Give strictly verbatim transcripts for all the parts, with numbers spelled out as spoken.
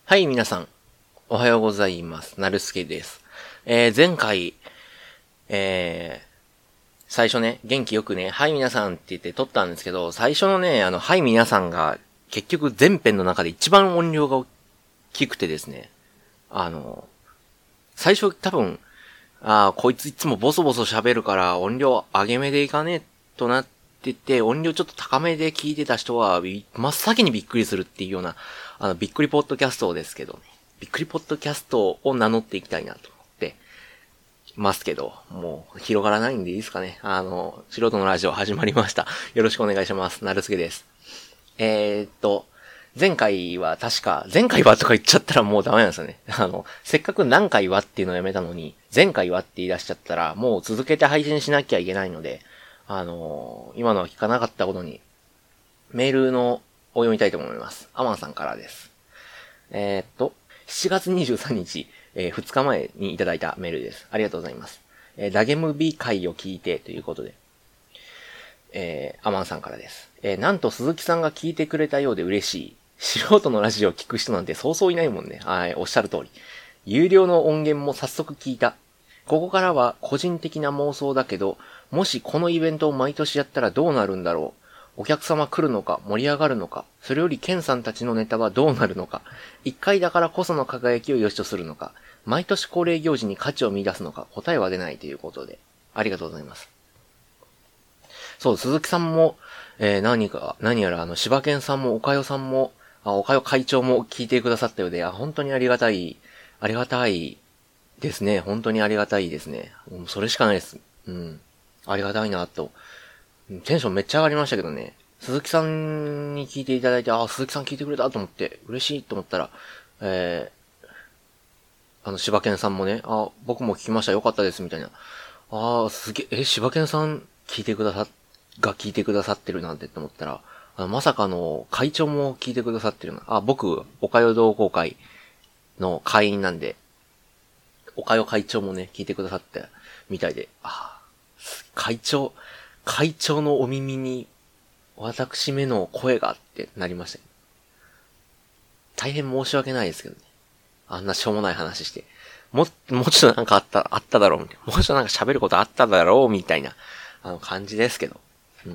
はい、皆さん、おはようございます。なるすけです。えー、前回、えー、最初ね、元気よくね、はい皆さんって言って撮ったんですけど、最初のね、あの、はい皆さんが、結局全編の中で一番音量が大きくてですね、あの、最初多分、ああ、こいついつもボソボソ喋るから音量上げ目でいかねえとなってて、音量ちょっと高めで聞いてた人は、真っ先にびっくりするっていうような、あの、びっくりポッドキャストですけどね。びっくりポッドキャストを名乗っていきたいなと思ってますけど、もう広がらないんでいいですかね。あの、素人のラジオ始まりました。よろしくお願いします。なるすけです。えー、っと、前回は確か、前回はとか言っちゃったらもうダメなんですよね。あの、せっかく何回はっていうのをやめたのに、前回はって言い出しちゃったら、もう続けて配信しなきゃいけないので、あのー、今のは聞かなかったことに、メールのを読みたいと思います。アマンさんからです。えー、っと、しちがつにじゅうさんにち、えー、ふつかまえにいただいたメールです。ありがとうございます。えー、ダゲムビ会を聞いてということで、えー、アマンさんからです。えー、なんと鈴木さんが聞いてくれたようで嬉しい。素人のラジオを聞く人なんてそうそういないもんね。はい、おっしゃる通り。有料の音源も早速聞いた。ここからは個人的な妄想だけど、もしこのイベントを毎年やったらどうなるんだろう。お客様来るのか、盛り上がるのか、それよりケンさんたちのネタはどうなるのか、一回だからこその輝きを良しとするのか、毎年恒例行事に価値を見出すのか、答えは出ないということで、ありがとうございます。そう、鈴木さんも、えー、何か、何やらあの、柴犬さんも、おかよさんも、あ、おかよ会長も聞いてくださったようで、あ、本当にありがたい、ありがたいですね。本当にありがたいですね。もうそれしかないです。うん。ありがたいなと。テンションめっちゃ上がりましたけどね。鈴木さんに聞いていただいて、あ、鈴木さん聞いてくれたと思って、嬉しいと思ったら、えー、あの、柴犬さんもね、あ、僕も聞きました、よかったです、みたいな。あー、すげえ、え、柴犬さん聞いてくださ、が聞いてくださってるなんてって思ったら、あの、まさかの会長も聞いてくださってるな。あ、僕、おかよ同好会の会員なんで、おかよ会長もね、聞いてくださってみたいで、あ、会長、会長のお耳に、私めの声がってなりました。大変申し訳ないですけどね。あんなしょうもない話して。も、もうちょっとなんかあった、あっただろうみたいな。もうちょっとなんか喋ることあっただろうみたいな、あの感じですけど。うん。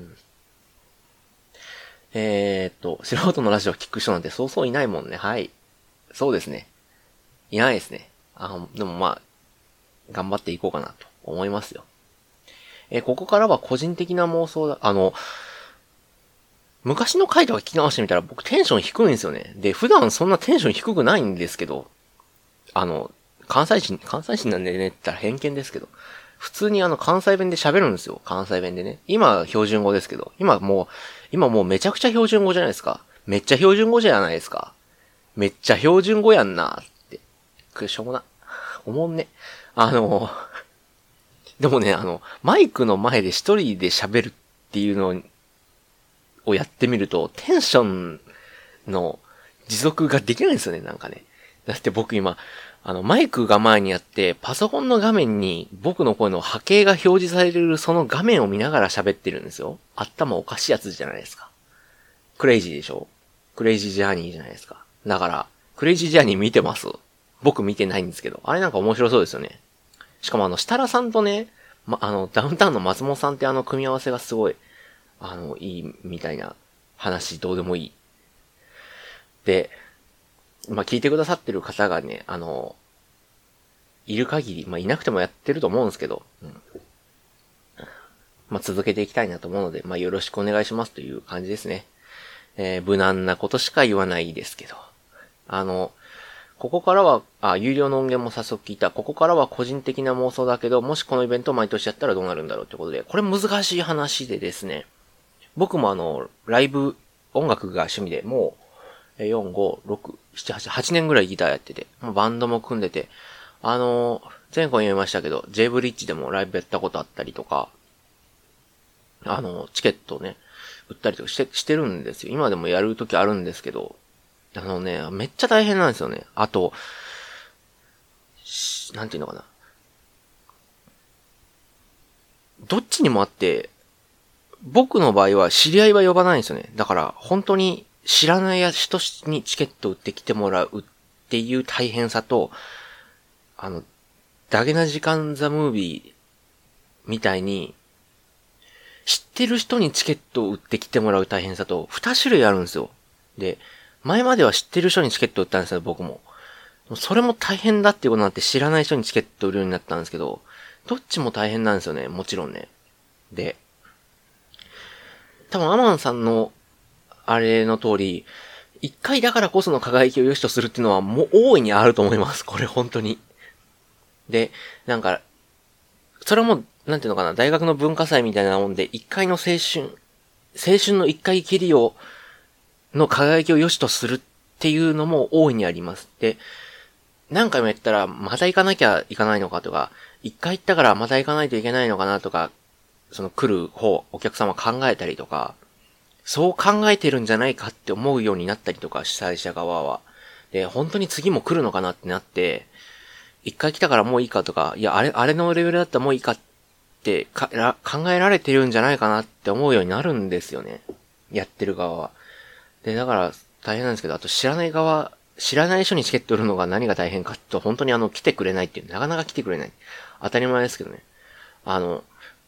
えーっと、素人のラジオ聞く人なんてそうそういないもんね。はい。そうですね。いないですね。あ、でもまあ、頑張っていこうかなと思いますよ。えー、ここからは個人的な妄想だ。あの、昔の回とか聞き直してみたら僕テンション低いんですよね。で、普段そんなテンション低くないんですけど、あの、関西人、関西人なんでねって言ったら偏見ですけど、普通にあの関西弁で喋るんですよ。関西弁でね。今標準語ですけど、今もう、今もうめちゃくちゃ標準語じゃないですか。めっちゃ標準語じゃないですか。めっちゃ標準語やんなって。くしょうもな。おもんね。あの、でもね、あの、マイクの前で一人で喋るっていうのをやってみると、テンションの持続ができないんですよね、なんかね。だって僕今、あの、マイクが前にあって、パソコンの画面に僕の声の波形が表示されるその画面を見ながら喋ってるんですよ。頭おかしいやつじゃないですか。クレイジーでしょ？クレイジージャーニーじゃないですか。だから、クレイジージャーニー見てます？僕見てないんですけど、あれなんか面白そうですよね。しかもあの、設楽さんとね、ま、あの、ダウンタウンの松本さんってあの組み合わせがすごい、あの、いいみたいな話どうでもいい。で、まあ、聞いてくださってる方がね、あの、いる限り、まあ、いなくてもやってると思うんですけど、うん、まあ、続けていきたいなと思うので、まあ、よろしくお願いしますという感じですね。えー、無難なことしか言わないですけど。あの、ここからは、あ、有料の音源も早速聞いた。ここからは個人的な妄想だけど、もしこのイベントを毎年やったらどうなるんだろうってことで、これ難しい話でですね、僕もあの、ライブ、音楽が趣味で、もう、よん、ご、ろく、なな、はち、はちねんぐらいギターやってて、もうバンドも組んでて、あの、前回言いましたけど、J ブリッジでもライブやったことあったりとか、あの、チケットね、売ったりとかして、してるんですよ。今でもやるときあるんですけど、あのね、めっちゃ大変なんですよね。あと、なんていうのかな。どっちにもあって、僕の場合は知り合いは呼ばないんですよね。だから、本当に知らない人にチケット売ってきてもらうっっていう大変さと、あの、ダゲな時間ザムービーみたいに、知ってる人にチケットを売ってきてもらう大変さと、二種類あるんですよ。で、前までは知ってる人にチケット売ったんですよ、僕も。それも大変だっていうことになって知らない人にチケット売るようになったんですけど、どっちも大変なんですよね、もちろんね。で、多分アマンさんの、あれの通り、一回だからこその輝きを良しとするっていうのはもう大いにあると思います、これ本当に。で、なんか、それも、なんていうのかな、大学の文化祭みたいなもんで、一回の青春、青春の一回きりを、の輝きを良しとするっていうのも大いにあります。で、何回もやったら、また行かなきゃいかないのかとか、一回行ったからまた行かないといけないのかなとか、その来る方、お客様考えたりとか、そう考えてるんじゃないかって思うようになったりとか、主催者側は。で、本当に次も来るのかなってなって、一回来たからもういいかとか、いや、あれ、あれのレベルだったらもういいかってか考えられてるんじゃないかなって思うようになるんですよね。やってる側は。で、だから大変なんですけど、あと知らない側、知らない人にチケット売るのが何が大変かって本当にあの来てくれないっていう、なかなか来てくれない。当たり前ですけどね。あの、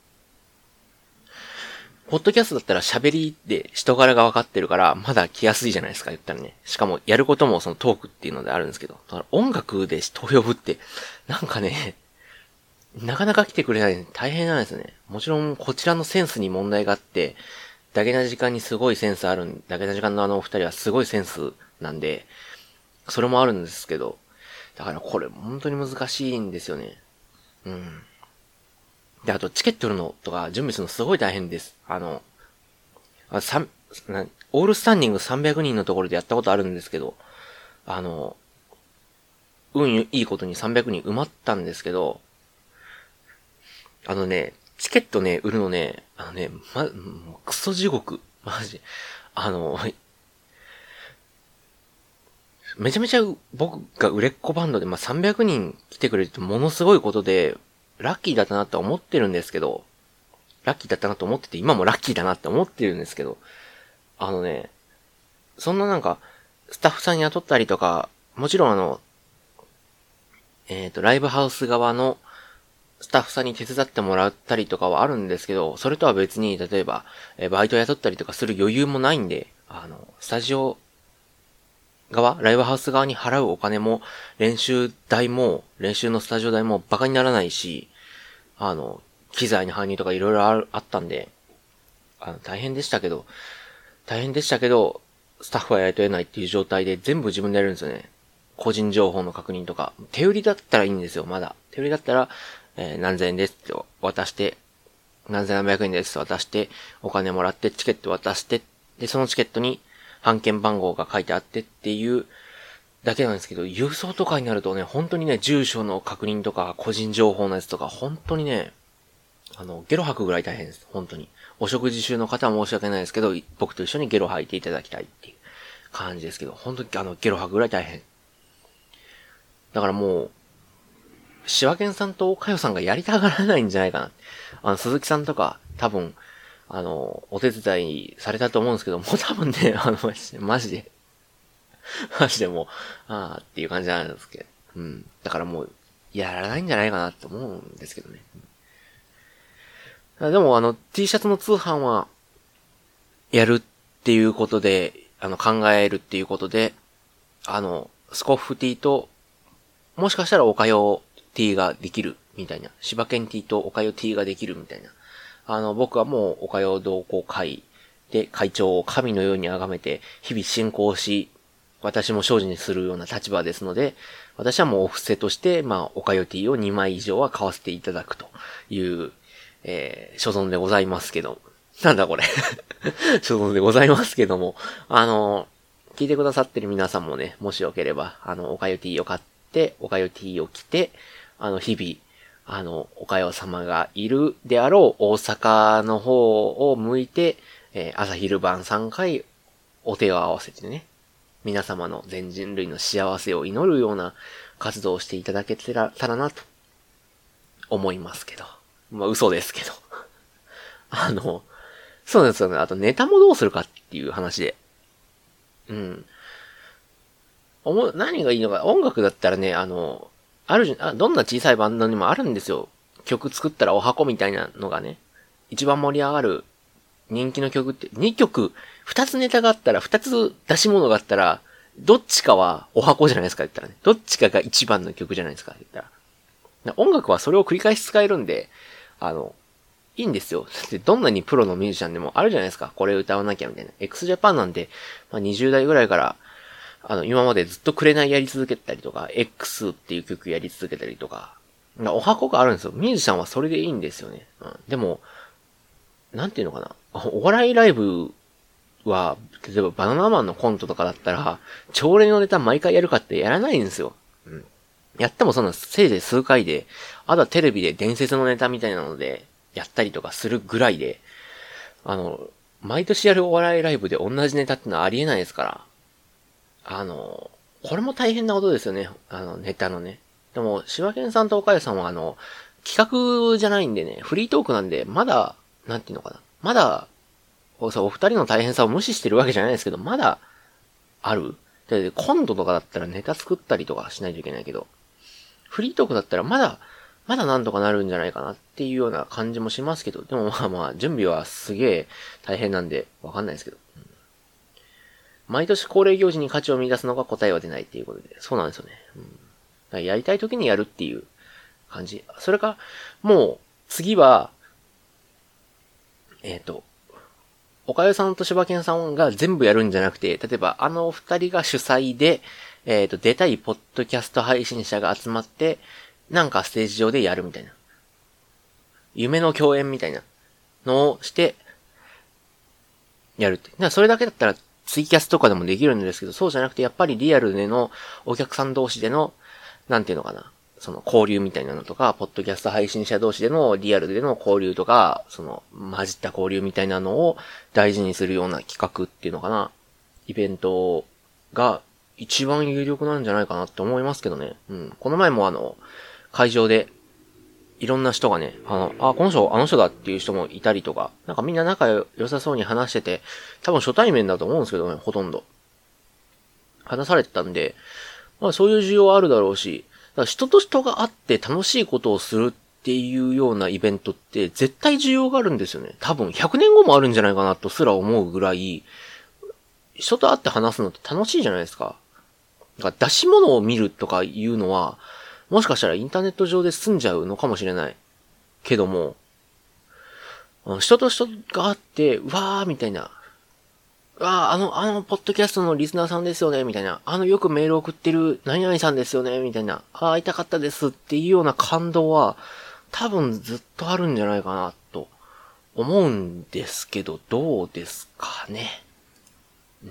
ポッドキャストだったら喋りで人柄が分かってるからまだ来やすいじゃないですか、言ったらね。しかもやることもそのトークっていうのであるんですけど、だから音楽で人を呼ぶってなんかね、なかなか来てくれない、大変なんですよね。もちろんこちらのセンスに問題があって、だけな時間にすごいセンスあるん、だけな時間のあのお二人はすごいセンスなんで、それもあるんですけど、だからこれ本当に難しいんですよね。うん。で、あとチケット売るのとか準備するのすごい大変です。あの、あ三なオールスタンディングさんびゃくにんのところでやったことあるんですけど、あの、運いいことにさんびゃくにん埋まったんですけど、あのね、チケットね、売るのね、あのね、ま、もうクソ地獄。マジ。あの、めちゃめちゃ僕が売れっ子バンドで、まあ、さんびゃくにん来てくれるとものすごいことで、ラッキーだったなって思ってるんですけど、ラッキーだったなと思ってて、今もラッキーだなって思ってるんですけど、あのね、そんななんか、スタッフさん雇ったりとか、もちろんあの、えっと、ライブハウス側のスタッフさんに手伝ってもらったりとかはあるんですけど、それとは別に、例えば、えバイト雇ったりとかする余裕もないんで、あの、スタジオ側、ライブハウス側に払うお金も、練習代も、練習のスタジオ代もバカにならないし、あの、機材の搬入とかいろいろああったんで、あの、大変でしたけど、大変でしたけど、スタッフはやりとえないっていう状態で全部自分でやるんですよね。個人情報の確認とか。手売りだったらいいんですよ、まだ。手売りだったら、えー、何千円ですって渡して、何千何百円ですって渡して、お金もらって、チケット渡して、で、そのチケットに、半券番号が書いてあってっていうだけなんですけど、郵送とかになるとね、本当にね、住所の確認とか、個人情報のやつとか、本当にね、あの、ゲロ吐くぐらい大変です。本当に。お食事中の方は申し訳ないですけど、僕と一緒にゲロ吐いていただきたいっていう感じですけど、本当にあの、ゲロ吐くぐらい大変。だからもう、シワケンさんと岡代さんがやりたがらないんじゃないかな。あの、鈴木さんとか、多分、あの、お手伝いされたと思うんですけど、もう多分ね、あの、マジで、マジでもう、あーっていう感じなんですけど。うん。だからもう、やらないんじゃないかなって思うんですけどね。でもあの、T シャツの通販は、やるっていうことで、あの、考えるっていうことで、あの、スコッフ T と、もしかしたらおかよ T ができる、みたいな。柴犬 T とおかよ T ができる、みたいな。あの、僕はもうおかよ同好会で会長を神のように崇めて、日々進行し、私も精進にするような立場ですので、私はもうお布施として、まあ、おかよ T をにまい以上は買わせていただくという、えー、所存でございますけど。なんだこれ。所存でございますけども。あの、聞いてくださってる皆さんもね、もしよければ、あの、おかよ T を買って、おかよ T を着て、あの、日々、あの、おかよ様がいるであろう大阪の方を向いて、えー、朝昼晩さんかいお手を合わせてね、皆様の全人類の幸せを祈るような活動をしていただけたらなと思いますけど。まあ嘘ですけど。あの、そうなんですよね。あとネタもどうするかっていう話で。うん。 おも、何がいいのか、音楽だったらね、あの、あるじゃ、どんな小さいバンドにもあるんですよ。曲作ったらお箱みたいなのがね、一番盛り上がる人気の曲って、にきょく、ふたつネタがあったら、ふたつ出し物があったら、どっちかはお箱じゃないですか、言ったらね。どっちかが一番の曲じゃないですか、言ったら。音楽はそれを繰り返し使えるんで、あの、いいんですよ。だってどんなにプロのミュージシャンでもあるじゃないですか。これ歌わなきゃみたいな。x ジャパンなんて、まあ、にじゅう代ぐらいから、あの、今までずっと紅やり続けたりとか、X っていう曲やり続けたりとか、お箱があるんですよ。ミュージシャンはそれでいいんですよね。うん、でも、なんていうのかな。お笑いライブは、例えばバナナマンのコントとかだったら、朝礼のネタ毎回やるかってやらないんですよ。うん。やってもそんなせいぜい数回で、あとはテレビで伝説のネタみたいなので、やったりとかするぐらいで、あの、毎年やるお笑いライブで同じネタってのはありえないですから、あの、これも大変なことですよね。あの、ネタのね。でも、柴犬さんと岡谷さんはあの、企画じゃないんでね、フリートークなんで、まだ、なんていうのかな。まだ、お二人の大変さを無視してるわけじゃないですけど、まだ、ある。で、コントとかだったらネタ作ったりとかしないといけないけど、フリートークだったらまだ、まだなんとかなるんじゃないかなっていうような感じもしますけど、でもまあまあ、準備はすげえ大変なんで、わかんないですけど。うん、毎年恒例行事に価値を見出すのが答えは出ないっていうことで、そうなんですよね。うん、だからやりたい時にやるっていう感じ。それか、もう、次は、えっと、岡谷さんと柴犬さんが全部やるんじゃなくて、例えばあの二人が主催で、えっと、出たいポッドキャスト配信者が集まって、なんかステージ上でやるみたいな。夢の共演みたいなのをして、やるって。だからそれだけだったらツイキャスとかでもできるんですけど、そうじゃなくてやっぱりリアルでのお客さん同士での、なんていうのかな。その交流みたいなのとか、ポッドキャスト配信者同士でのリアルでの交流とか、その混じった交流みたいなのを大事にするような企画っていうのかな。イベントが一番有力なんじゃないかなって思いますけどね。うん。この前もあの、会場でいろんな人がね、あの、あ、この人、あの人だっていう人もいたりとか、なんかみんな仲良さそうに話してて、多分初対面だと思うんですけどね、ほとんど。話されてたんで、まあそういう需要はあるだろうし、だから人と人が会って楽しいことをするっていうようなイベントって絶対需要があるんですよね。多分ひゃくねんごもあるんじゃないかなとすら思うぐらい、人と会って話すのって楽しいじゃないですか。だから出し物を見るとかいうのは、もしかしたらインターネット上で済んじゃうのかもしれない。けども、人と人が会って、うわーみたいな。うわーあの、あの、ポッドキャストのリスナーさんですよねみたいな。あの、よくメール送ってる何々さんですよねみたいな。ああ、会いたかったですっていうような感動は、多分ずっとあるんじゃないかな、と思うんですけど、どうですかね。うん。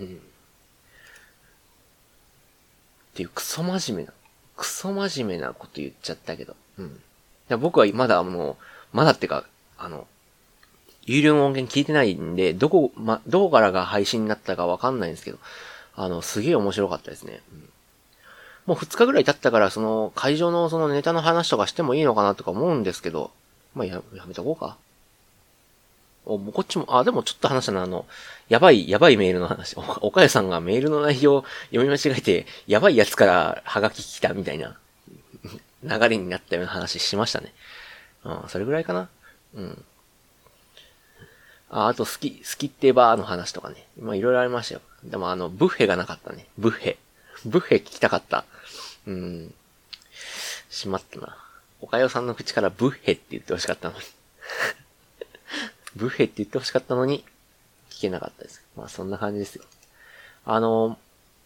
っていうクソ真面目な、クソ真面目なこと言っちゃったけど。うん。いや僕はまだもう、まだってか、あの、有料の音源聞いてないんで、どこ、ま、どこからが配信になったかわかんないんですけど、あの、すげえ面白かったですね。うん、もうふつかぐらい経ったから、その、会場のそのネタの話とかしてもいいのかなとか思うんですけど、まあ、や、やめとこうか。お、もうこっちも、あ、でもちょっと話したな、あの、やばい、やばいメールの話。お、岡谷さんがメールの内容を読み間違えて、やばいやつからハガキ来たみたいな流れになったような話しましたね。うん、それぐらいかな。うん。あ、あと好き、好きってバーの話とかね。まあいろいろありましたよ。でもあの、ブッフェがなかったね。ブッフェ。ブッフェ聞きたかった。うん。しまったな。おかよさんの口からブッフェって言ってほしかったのに。ブッフェって言ってほしかったのに、聞けなかったです。まあそんな感じですよ。あの、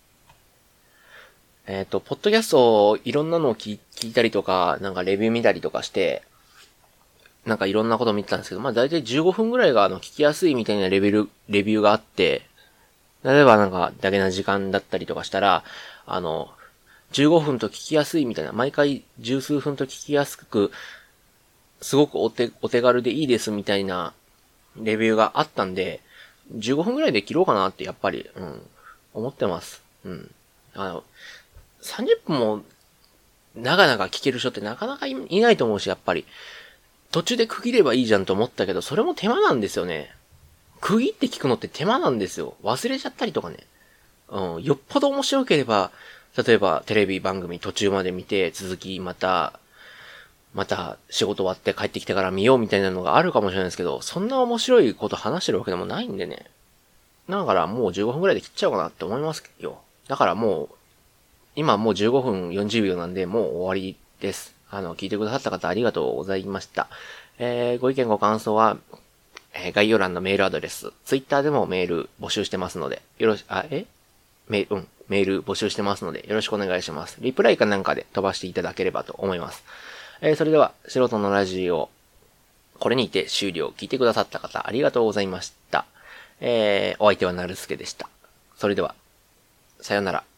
えっと、ポッドキャストいろんなのを聞いたりとか、なんかレビュー見たりとかして、なんかいろんなこと見てたんですけど、まあ大体じゅうごふんぐらいがあの聞きやすいみたいなレベル、レビューがあって、例えばなんかだけな時間だったりとかしたら、あの、じゅうごふんと聞きやすいみたいな、毎回十数分と聞きやすく、すごくお手、お手軽でいいですみたいなレビューがあったんで、じゅうごふんぐらいで切ろうかなってやっぱり、うん、思ってます。うん。あの、さんじゅっぷんも長々聞ける人ってなかなかいないと思うし、やっぱり。途中で区切ればいいじゃんと思ったけど、それも手間なんですよね。区切って聞くのって手間なんですよ。忘れちゃったりとかね。うん。よっぽど面白ければ、 例えばテレビ番組途中まで見て、続きまた、また仕事終わって帰ってきてから見ようみたいなのがあるかもしれないですけど、そんな面白いこと話してるわけでもないんでね。だからもうじゅうごふんくらいで切っちゃおうかなって思いますよ。だからもう、今もうじゅうごふんよんじゅうびょうなんで、もう終わりです。あの、聞いてくださった方ありがとうございました。えー、ご意見ご感想は、えー、概要欄のメールアドレス、ツイッターでもメール募集してますので、よろし、あ、えメール、うん、メール募集してますので、よろしくお願いします。リプライかなんかで飛ばしていただければと思います。えー、それでは、素人のラジオ、これにて終了。聞いてくださった方、ありがとうございました。えー、お相手はなるすけでした。それでは、さよなら。